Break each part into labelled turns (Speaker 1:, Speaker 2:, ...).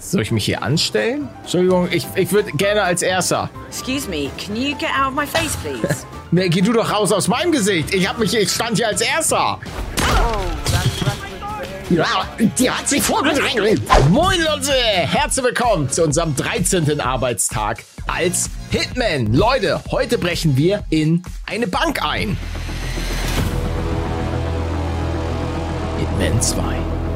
Speaker 1: Soll ich mich hier anstellen? Entschuldigung, ich würde gerne als Erster.
Speaker 2: Excuse me, can you get out of my face, please?
Speaker 1: Nee, geh du doch raus aus meinem Gesicht. Ich stand hier als Erster.
Speaker 3: Ja, die hat sich vorgedrängelt.
Speaker 1: Moin Leute, herzlich willkommen zu unserem 13. Arbeitstag als Hitman. Leute, heute brechen wir in eine Bank ein. Hitman 2.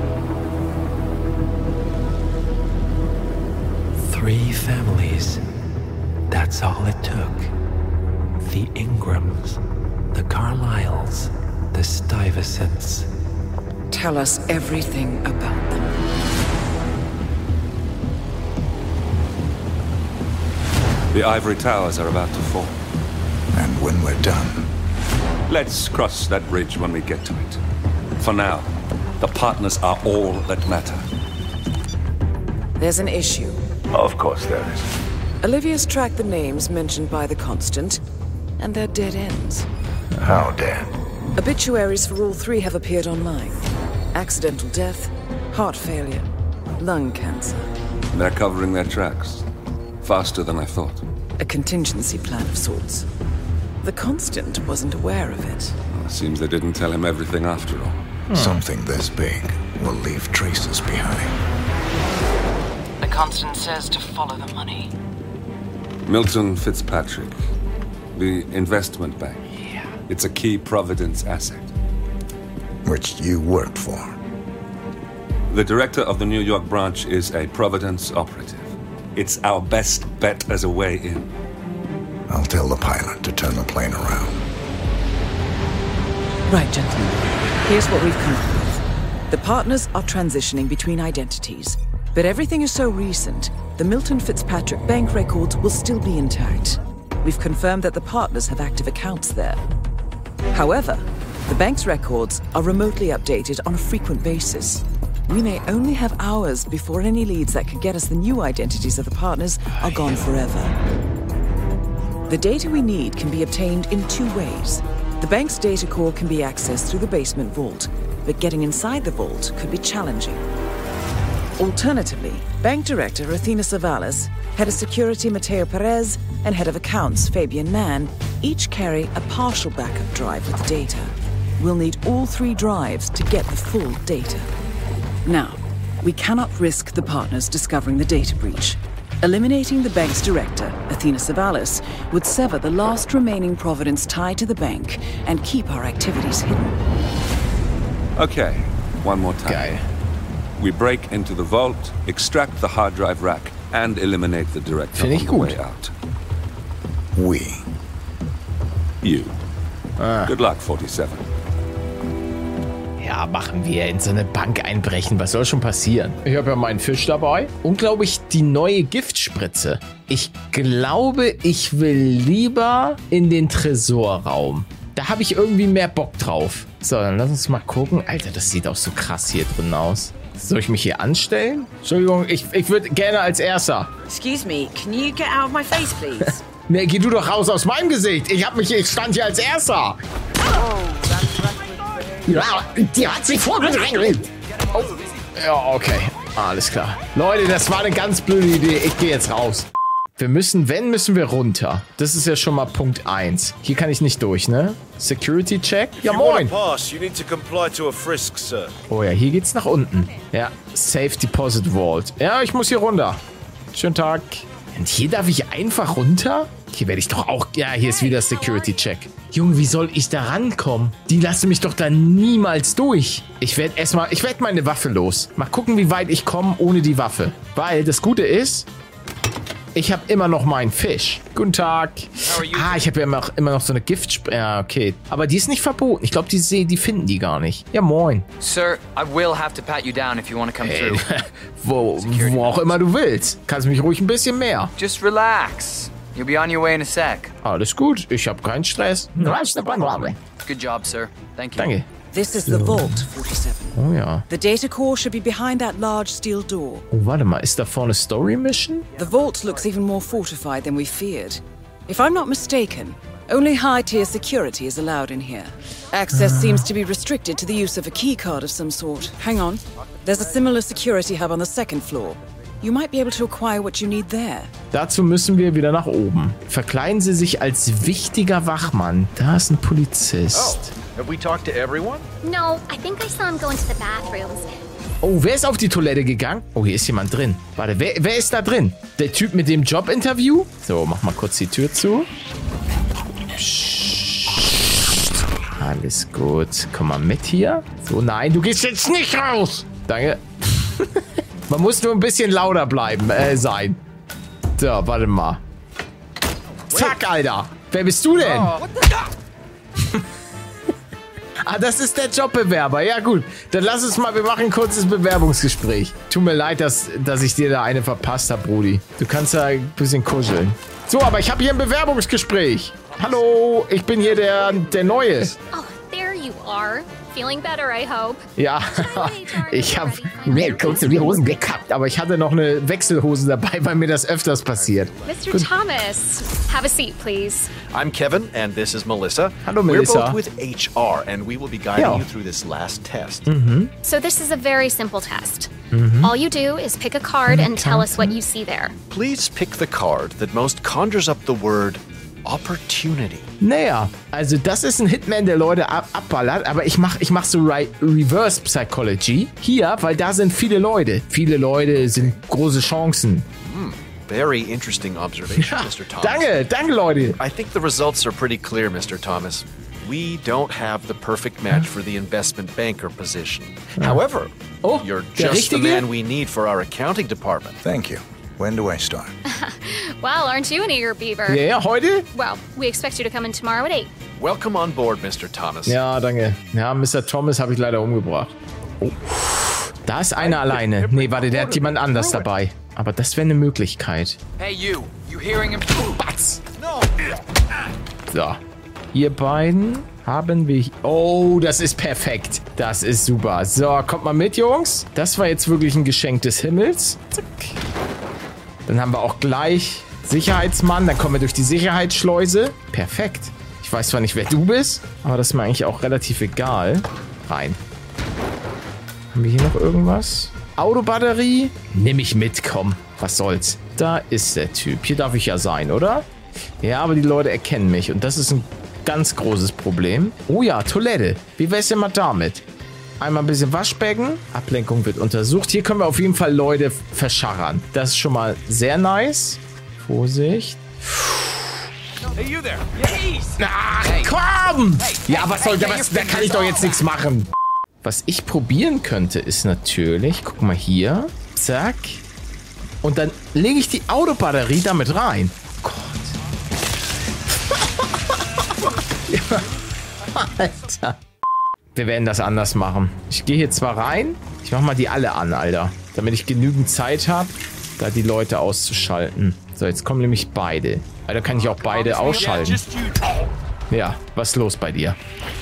Speaker 4: 3 families. That's all it took. The Ingrams, the Carlyles, the Stuyvesants.
Speaker 2: Tell us everything about them.
Speaker 5: The ivory towers are about to fall.
Speaker 6: And when we're done...
Speaker 5: Let's cross that bridge when we get to it. For now, the partners are all that matter.
Speaker 2: There's an issue.
Speaker 6: Of course there is.
Speaker 2: Olivia's tracked the names mentioned by the Constant, and they're dead ends.
Speaker 6: How dead?
Speaker 2: Obituaries for all 3 have appeared online. Accidental death, heart failure, lung cancer.
Speaker 5: They're covering their tracks. Faster than I thought.
Speaker 2: A contingency plan of sorts. The Constant wasn't aware of it.
Speaker 5: Well, seems they didn't tell him everything after all.
Speaker 6: Something this big will leave traces behind.
Speaker 2: The Constant says to follow the money.
Speaker 5: Milton Fitzpatrick. The investment bank. Yeah. It's a key Providence asset.
Speaker 6: Which you worked for.
Speaker 5: The director of the New York branch is a Providence operative. It's our best bet as a way in.
Speaker 6: I'll tell the pilot to turn the plane around.
Speaker 2: Right, gentlemen. Here's what we've come up with. The partners are transitioning between identities. But everything is so recent, the Milton Fitzpatrick bank records will still be intact. We've confirmed that the partners have active accounts there. However, the bank's records are remotely updated on a frequent basis. We may only have hours before any leads that could get us the new identities of the partners are gone forever. The data we need can be obtained in 2 ways. The bank's data core can be accessed through the basement vault, but getting inside the vault could be challenging. Alternatively, Bank Director Athena Savalas, Head of Security Mateo Perez, and Head of Accounts Fabian Mann each carry a partial backup drive with the data. We'll need all 3 drives to get the full data. Now, we cannot risk the partners discovering the data breach. Eliminating the bank's director, Athena Savalas, would sever the last remaining Providence tie to the bank and keep our activities hidden.
Speaker 5: Okay, one more time.
Speaker 1: Geil.
Speaker 5: We break into the vault, extract the hard drive rack, and eliminate the director
Speaker 1: Finde
Speaker 5: on
Speaker 1: ich
Speaker 5: the
Speaker 1: gut.
Speaker 5: way out.
Speaker 6: We.
Speaker 5: You. Good luck, 47.
Speaker 1: Ja, machen wir in so eine Bank einbrechen. Was soll schon passieren? Ich habe ja meinen Fisch dabei. Und glaube ich, die neue Giftspritze. Ich glaube, ich will lieber in den Tresorraum. Da habe ich irgendwie mehr Bock drauf. So, dann lass uns mal gucken. Alter, das sieht auch so krass hier drin aus. Soll ich mich hier anstellen? Entschuldigung, ich würde gerne als Erster.
Speaker 2: Excuse me, can you get out of my face, please?
Speaker 1: Nee, geh du doch raus aus meinem Gesicht. Ich stand hier als Erster.
Speaker 3: Ja, die hat sich vorgedrängelt.
Speaker 1: Oh. Ja, okay. Alles klar. Leute, das war eine ganz blöde Idee. Ich gehe jetzt raus. Müssen wir runter. Das ist ja schon mal Punkt 1. Hier kann ich nicht durch, ne? Security Check. Ja, moin. Oh ja, hier geht's nach unten. Ja, Safe Deposit Vault. Ja, ich muss hier runter. Schönen Tag. Und hier darf ich einfach runter? Hier werde ich doch auch... Ja, hier ist wieder Security Check. Junge, wie soll ich da rankommen? Die lassen mich doch da niemals durch. Ich werde meine Waffe los. Mal gucken, wie weit ich komme ohne die Waffe. Weil das Gute ist... Ich habe immer noch meinen Fisch. Guten Tag. Ich habe ja immer noch so eine Ja, okay. Aber die ist nicht verboten. Ich glaube, die finden die gar nicht. Ja, moin.
Speaker 7: Sir, I will have to pat you down if you want to come through.
Speaker 1: Wo auch immer du willst. Kannst mich ruhig ein bisschen mehr.
Speaker 7: Just relax. You'll be on your way in a sec.
Speaker 1: Alles gut. Ich habe keinen Stress.
Speaker 7: Good job, sir. Thank you.
Speaker 1: Danke.
Speaker 2: This is the vault, 47.
Speaker 1: Oh ja.
Speaker 2: The data core should be behind that large steel door.
Speaker 1: Oh, warte mal. Ist da vorne Story Mission?
Speaker 2: The vault looks even more fortified than we feared. If I'm not mistaken, only high-tier security is allowed in here. Access seems to be restricted to the use of a key card of some sort. Hang on. There's a similar security hub on the 2nd floor. You might be able to acquire what you need there.
Speaker 1: Dazu müssen wir wieder nach oben. Verkleiden Sie sich als wichtiger Wachmann. Da ist ein Polizist.
Speaker 8: Have we talked to everyone?
Speaker 9: No, I think I saw him go into the bathrooms.
Speaker 1: Oh, wer ist auf die Toilette gegangen? Oh, hier ist jemand drin. Warte, wer ist da drin? Der Typ mit dem Jobinterview? So, mach mal kurz die Tür zu. Psst. Alles gut. Komm mal mit hier. So, nein, du gehst jetzt nicht raus. Danke. Man muss nur ein bisschen lauter bleiben, sein. So, warte mal. Zack, Alter. Wer bist du denn? Ah, das ist der Jobbewerber. Ja, gut. Dann lass uns mal, wir machen ein kurzes Bewerbungsgespräch. Tut mir leid, dass ich dir da eine verpasst habe, Brudi. Du kannst ja ein bisschen kuscheln. So, aber ich habe hier ein Bewerbungsgespräch. Hallo, ich bin hier der Neue.
Speaker 9: Oh, there you are. Feeling better, I hope.
Speaker 1: Ja, ich habe mir kurz die Hosen gekappt, aber ich hatte noch eine Wechselhose dabei, weil mir das öfters passiert.
Speaker 9: Mr. Thomas, have a seat, please.
Speaker 8: I'm Kevin, and this is Melissa.
Speaker 1: Hello, Melissa.
Speaker 8: We're both with HR, and we will be guiding you through this last test.
Speaker 9: So this is a very simple test. All you do is pick a card and tell us what you see there.
Speaker 8: Please pick the card that most conjures up the word Opportunity.
Speaker 1: Naja, also das ist ein Hitman, der Leute abballert, aber ich mach so Reverse Psychology hier, weil da sind viele Leute. Viele Leute sind große Chancen.
Speaker 8: Very interesting observation, Mr. Thomas.
Speaker 1: Danke, Leute.
Speaker 8: I think the results are pretty clear, Mr. Thomas. We don't have the perfect match for the investment banker position. However, you're just the man we need for our accounting department.
Speaker 6: Thank you. When do I start?
Speaker 9: Well, aren't you an eager beaver?
Speaker 1: Ja, heute?
Speaker 9: Well, we expect you to come in tomorrow at 8.
Speaker 8: Welcome on board, Mr. Thomas.
Speaker 1: Ja, danke. Ja, Mr. Thomas habe ich leider umgebracht. Oh. Da ist einer alleine. Nee, warte, der hat jemand anders dabei. Aber das wäre eine Möglichkeit.
Speaker 7: Hey, you hearing him?
Speaker 1: Batz! So. Ihr beiden haben wir... Oh, das ist perfekt. Das ist super. So, kommt mal mit, Jungs. Das war jetzt wirklich ein Geschenk des Himmels. Zack. Dann haben wir auch gleich Sicherheitsmann. Dann kommen wir durch die Sicherheitsschleuse. Perfekt. Ich weiß zwar nicht, wer du bist, aber das ist mir eigentlich auch relativ egal. Rein. Haben wir hier noch irgendwas? Autobatterie? Nimm ich mit, komm. Was soll's. Da ist der Typ. Hier darf ich ja sein, oder? Ja, aber die Leute erkennen mich. Und das ist ein ganz großes Problem. Oh ja, Toilette. Wie wär's denn mal damit? Einmal ein bisschen Waschbecken. Ablenkung wird untersucht. Hier können wir auf jeden Fall Leute verscharren. Das ist schon mal sehr nice. Vorsicht.
Speaker 8: Hey, you there.
Speaker 1: Ach, komm! Ja, was soll das? Da kann ich doch jetzt nichts machen. Was ich probieren könnte, ist natürlich... Guck mal hier. Zack. Und dann lege ich die Autobatterie damit rein. Oh Gott. Ja. Alter. Wir werden das anders machen. Ich gehe hier zwar rein, ich mache mal die alle an, Alter. Damit ich genügend Zeit habe, da die Leute auszuschalten. So, jetzt kommen nämlich beide. Alter, kann ich auch beide ausschalten. Ja, was ist los bei dir?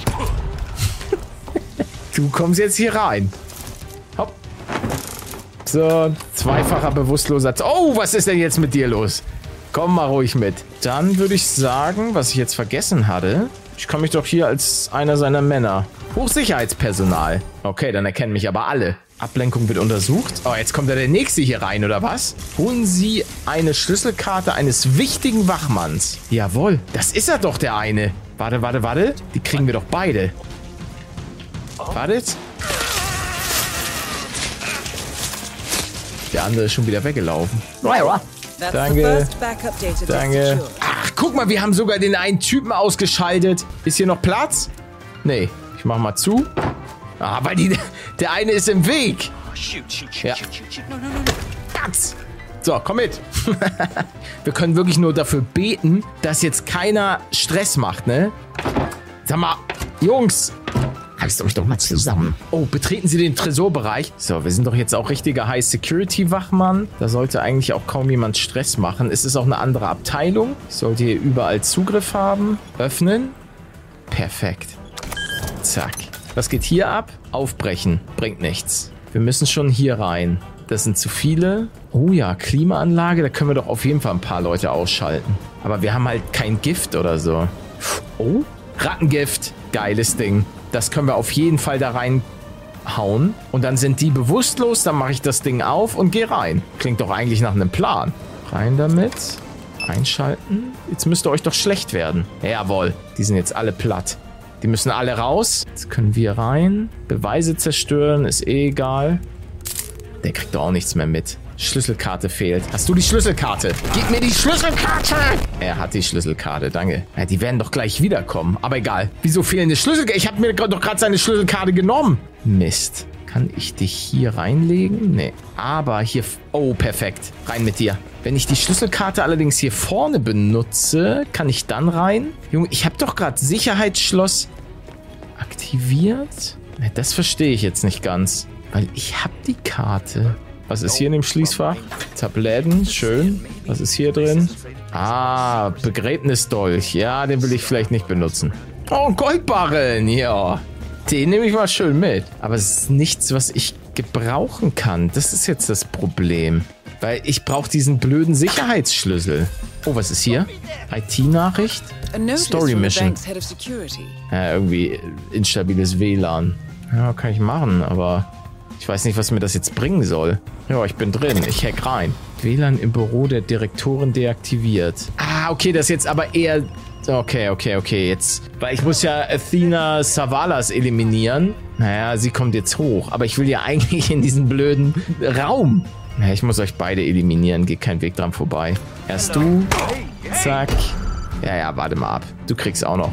Speaker 1: Du kommst jetzt hier rein. Hopp. So, zweifacher bewusstloser... Oh, was ist denn jetzt mit dir los? Komm mal ruhig mit. Dann würde ich sagen, was ich jetzt vergessen hatte... Ich kann mich doch hier als einer seiner Männer. Hochsicherheitspersonal. Okay, dann erkennen mich aber alle. Ablenkung wird untersucht. Oh, jetzt kommt ja der Nächste hier rein, oder was? Holen Sie eine Schlüsselkarte eines wichtigen Wachmanns. Jawohl, das ist er doch, der eine. Warte. Die kriegen wir doch beide. Wartet. Der andere ist schon wieder weggelaufen. Danke. Danke. Ach, guck mal, wir haben sogar den einen Typen ausgeschaltet. Ist hier noch Platz? Nee. Ich mach mal zu. Ah, weil der eine ist im Weg. Ja. So, komm mit. Wir können wirklich nur dafür beten, dass jetzt keiner Stress macht, ne? Sag mal, Jungs.
Speaker 3: Reißt euch doch mal zusammen.
Speaker 1: Oh, betreten Sie den Tresorbereich. So, wir sind doch jetzt auch richtiger High-Security-Wachmann. Da sollte eigentlich auch kaum jemand Stress machen. Es ist auch eine andere Abteilung. Ich sollte hier überall Zugriff haben. Öffnen. Perfekt. Zack. Was geht hier ab? Aufbrechen. Bringt nichts. Wir müssen schon hier rein. Das sind zu viele. Oh ja, Klimaanlage. Da können wir doch auf jeden Fall ein paar Leute ausschalten. Aber wir haben halt kein Gift oder so. Oh, Rattengift. Geiles Ding. Das können wir auf jeden Fall da rein hauen. Und dann sind die bewusstlos, dann mache ich das Ding auf und gehe rein. Klingt doch eigentlich nach einem Plan. Rein damit. Einschalten. Jetzt müsste euch doch schlecht werden. Jawohl, die sind jetzt alle platt. Die müssen alle raus. Jetzt können wir rein. Beweise zerstören, ist eh egal. Der kriegt doch auch nichts mehr mit. Schlüsselkarte fehlt. Hast du die Schlüsselkarte? Gib mir die Schlüsselkarte! Er hat die Schlüsselkarte, danke. Ja, die werden doch gleich wiederkommen. Aber egal. Wieso fehlen die Schlüsselkarte? Ich habe mir doch gerade seine Schlüsselkarte genommen. Mist. Kann ich dich hier reinlegen? Nee. Aber hier... Oh, perfekt. Rein mit dir. Wenn ich die Schlüsselkarte allerdings hier vorne benutze, kann ich dann rein? Junge, ich habe doch gerade Sicherheitsschloss aktiviert. Das verstehe ich jetzt nicht ganz. Weil ich habe die Karte. Was ist hier in dem Schließfach? Tabletten, schön. Was ist hier drin? Ah, Begräbnisdolch. Ja, den will ich vielleicht nicht benutzen. Oh, Goldbarren, ja. Den nehme ich mal schön mit. Aber es ist nichts, was ich gebrauchen kann. Das ist jetzt das Problem. Weil ich brauche diesen blöden Sicherheitsschlüssel. Oh, was ist hier? IT-Nachricht? Story Mission. Ja, irgendwie instabiles WLAN. Ja, kann ich machen, aber ich weiß nicht, was mir das jetzt bringen soll. Ja, ich bin drin. Ich hack rein. WLAN im Büro der Direktorin deaktiviert. Ah, okay, das ist jetzt aber eher... Okay, jetzt. Weil ich muss ja Athena Savalas eliminieren. Naja, sie kommt jetzt hoch. Aber ich will ja eigentlich in diesen blöden Raum. Naja, ich muss euch beide eliminieren. Geht kein Weg dran vorbei. Erst du. Zack. Ja, warte mal ab. Du kriegst auch noch.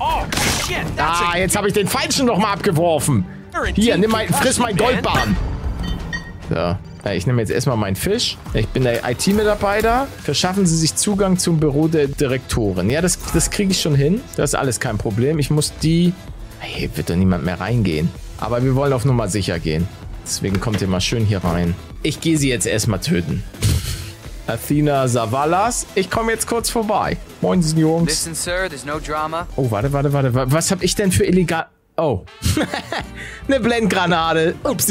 Speaker 1: Ah, jetzt habe ich den Falschen noch mal abgeworfen. Hier, friss mein Goldbarren. So. Ich nehme jetzt erstmal meinen Fisch. Ich bin der IT-Mitarbeiter. Verschaffen Sie sich Zugang zum Büro der Direktorin. Ja, das kriege ich schon hin. Das ist alles kein Problem. Ich muss die... Hier wird doch niemand mehr reingehen. Aber wir wollen auf Nummer sicher gehen. Deswegen kommt ihr mal schön hier rein. Ich gehe sie jetzt erstmal töten. Athena Savalas, ich komme jetzt kurz vorbei. Moin, Jungs.
Speaker 7: Listen, sir, there's no drama.
Speaker 1: Oh, warte. Was habe ich denn für illegal... Oh. Eine Blendgranate. Ups.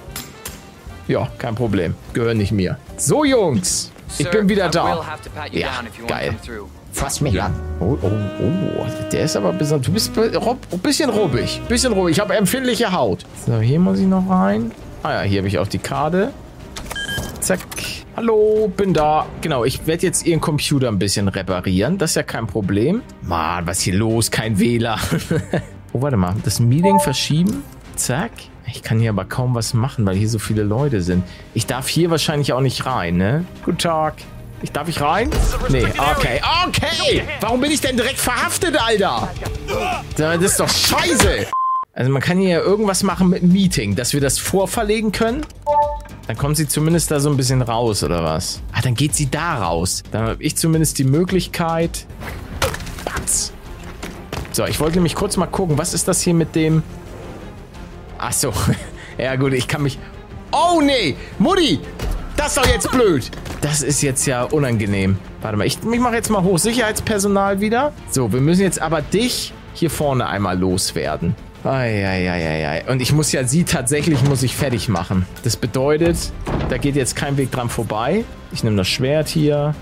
Speaker 1: Ja, kein Problem. Gehören nicht mir. So, Jungs. Ich bin wieder da. Ja, geil.
Speaker 3: Fass mich an.
Speaker 1: Oh. Der ist aber ein bisschen... Du bist ein bisschen ruppig. Ich habe empfindliche Haut. So, hier muss ich noch rein. Ah ja, hier habe ich auch die Karte. Zack. Hallo, bin da. Genau, ich werde jetzt ihren Computer ein bisschen reparieren. Das ist ja kein Problem. Mann, was ist hier los? Kein WLAN. Oh, warte mal. Das Meeting verschieben. Zack. Ich kann hier aber kaum was machen, weil hier so viele Leute sind. Ich darf hier wahrscheinlich auch nicht rein, ne? Guten Tag. Darf ich rein? Nee, okay. Warum bin ich denn direkt verhaftet, Alter? Das ist doch scheiße. Also man kann hier ja irgendwas machen mit dem Meeting, dass wir das vorverlegen können. Dann kommt sie zumindest da so ein bisschen raus, oder was? Ah, dann geht sie da raus. Dann habe ich zumindest die Möglichkeit... Batz. So, ich wollte nämlich kurz mal gucken, was ist das hier mit dem... Ach so. Ja gut, ich kann mich... Oh nee! Mutti! Das ist doch jetzt blöd! Das ist jetzt ja unangenehm. Warte mal, ich mache jetzt mal Hochsicherheitspersonal wieder. So, wir müssen jetzt aber dich hier vorne einmal loswerden. Eieieiei. Und ich muss ja sie tatsächlich fertig machen. Das bedeutet, da geht jetzt kein Weg dran vorbei. Ich nehme das Schwert hier.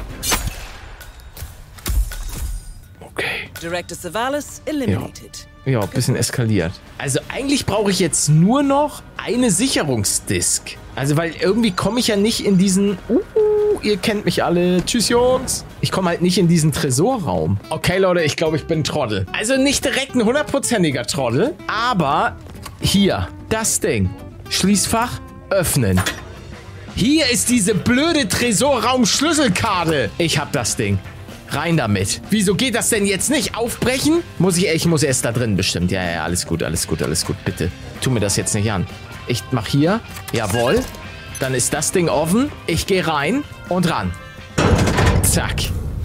Speaker 1: Okay.
Speaker 2: Director Savalas eliminated.
Speaker 1: Ja, ein bisschen eskaliert. Also eigentlich brauche ich jetzt nur noch eine Sicherungsdisk. Also weil irgendwie komme ich ja nicht in diesen... ihr kennt mich alle. Tschüss, Jungs. Ich komme halt nicht in diesen Tresorraum. Okay, Leute, ich glaube, ich bin ein Trottel. Also nicht direkt ein 100%iger Trottel, aber hier, das Ding. Schließfach öffnen. Hier ist diese blöde Tresorraum-Schlüsselkarte. Ich hab das Ding. Rein damit. Wieso geht das denn jetzt nicht? Aufbrechen? Ich muss erst da drin bestimmt. Ja, alles gut. Bitte, tu mir das jetzt nicht an. Ich mach hier. Jawohl. Dann ist das Ding offen. Ich gehe rein und ran. Zack.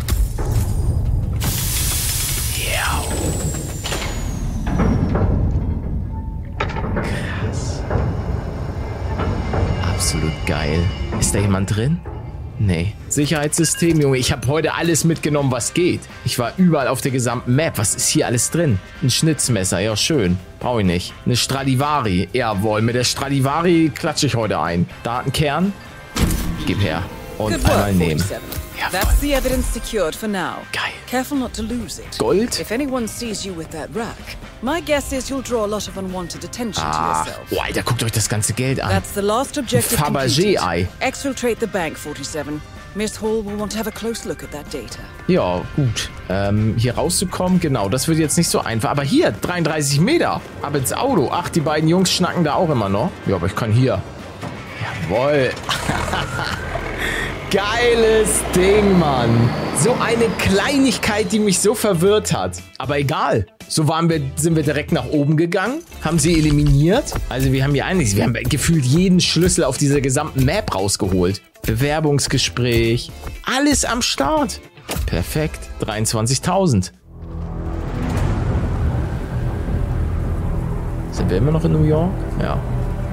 Speaker 1: Ja. Krass. Absolut geil. Ist da jemand drin? Nee. Sicherheitssystem, Junge. Ich habe heute alles mitgenommen, was geht. Ich war überall auf der gesamten Map. Was ist hier alles drin? Ein Schnitzmesser. Ja, schön. Brauche ich nicht. Eine Stradivari. Jawohl, mit der Stradivari klatsche ich heute ein. Datenkern. Gib her. Und
Speaker 2: Good work,
Speaker 1: einmal nehmen.
Speaker 2: 47.
Speaker 1: Jawohl.
Speaker 2: That's the evidence secured for now.
Speaker 1: Geil.
Speaker 2: Careful not to lose it.
Speaker 1: Gold?
Speaker 2: If anyone sees you with that rack, my guess is you'll draw a lot of unwanted attention to yourself.
Speaker 1: Oh, Alter, guckt euch das ganze Geld an.
Speaker 2: That's the last objective
Speaker 1: Fabergé-Ei.
Speaker 2: completed. Exfiltrate the bank, 47. Miss Hall will want to have a close look at that data.
Speaker 1: Ja, gut. Hier rauszukommen, genau, das wird jetzt nicht so einfach. Aber hier, 33 Meter. Ab ins Auto. Ach, die beiden Jungs schnacken da auch immer noch. Ja, aber ich kann hier. Jawohl. Geiles Ding, Mann. So eine Kleinigkeit, die mich so verwirrt hat. Aber egal. So sind wir direkt nach oben gegangen, haben sie eliminiert. Also wir haben gefühlt jeden Schlüssel auf dieser gesamten Map rausgeholt. Bewerbungsgespräch. Alles am Start. Perfekt. 23.000. Sind wir immer noch in New York? Ja.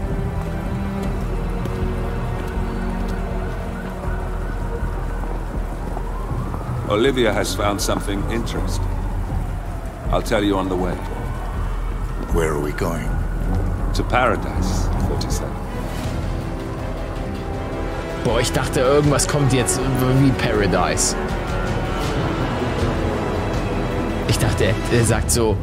Speaker 5: Olivia has found something interesting. I'll tell you on the way.
Speaker 6: Where are we going?
Speaker 5: To paradise, 47.
Speaker 1: Boah, ich dachte, irgendwas kommt jetzt wie Paradise. Ich dachte, er sagt so...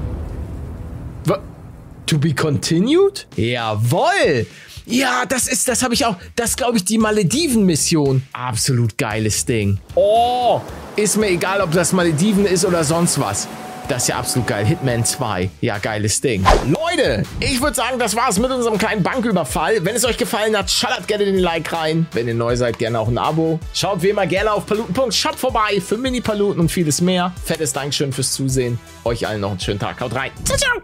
Speaker 1: To be continued? Jawohl! Ja, das habe ich auch. Das ist, glaube ich, die Malediven-Mission. Absolut geiles Ding. Oh, ist mir egal, ob das Malediven ist oder sonst was. Das ist ja absolut geil. Hitman 2. Ja, geiles Ding. Leute, ich würde sagen, das war's mit unserem kleinen Banküberfall. Wenn es euch gefallen hat, schallert gerne den Like rein. Wenn ihr neu seid, gerne auch ein Abo. Schaut wie immer gerne auf paluten.shop vorbei für Mini-Paluten und vieles mehr. Fettes Dankeschön fürs Zusehen. Euch allen noch einen schönen Tag. Haut rein. Ciao, ciao.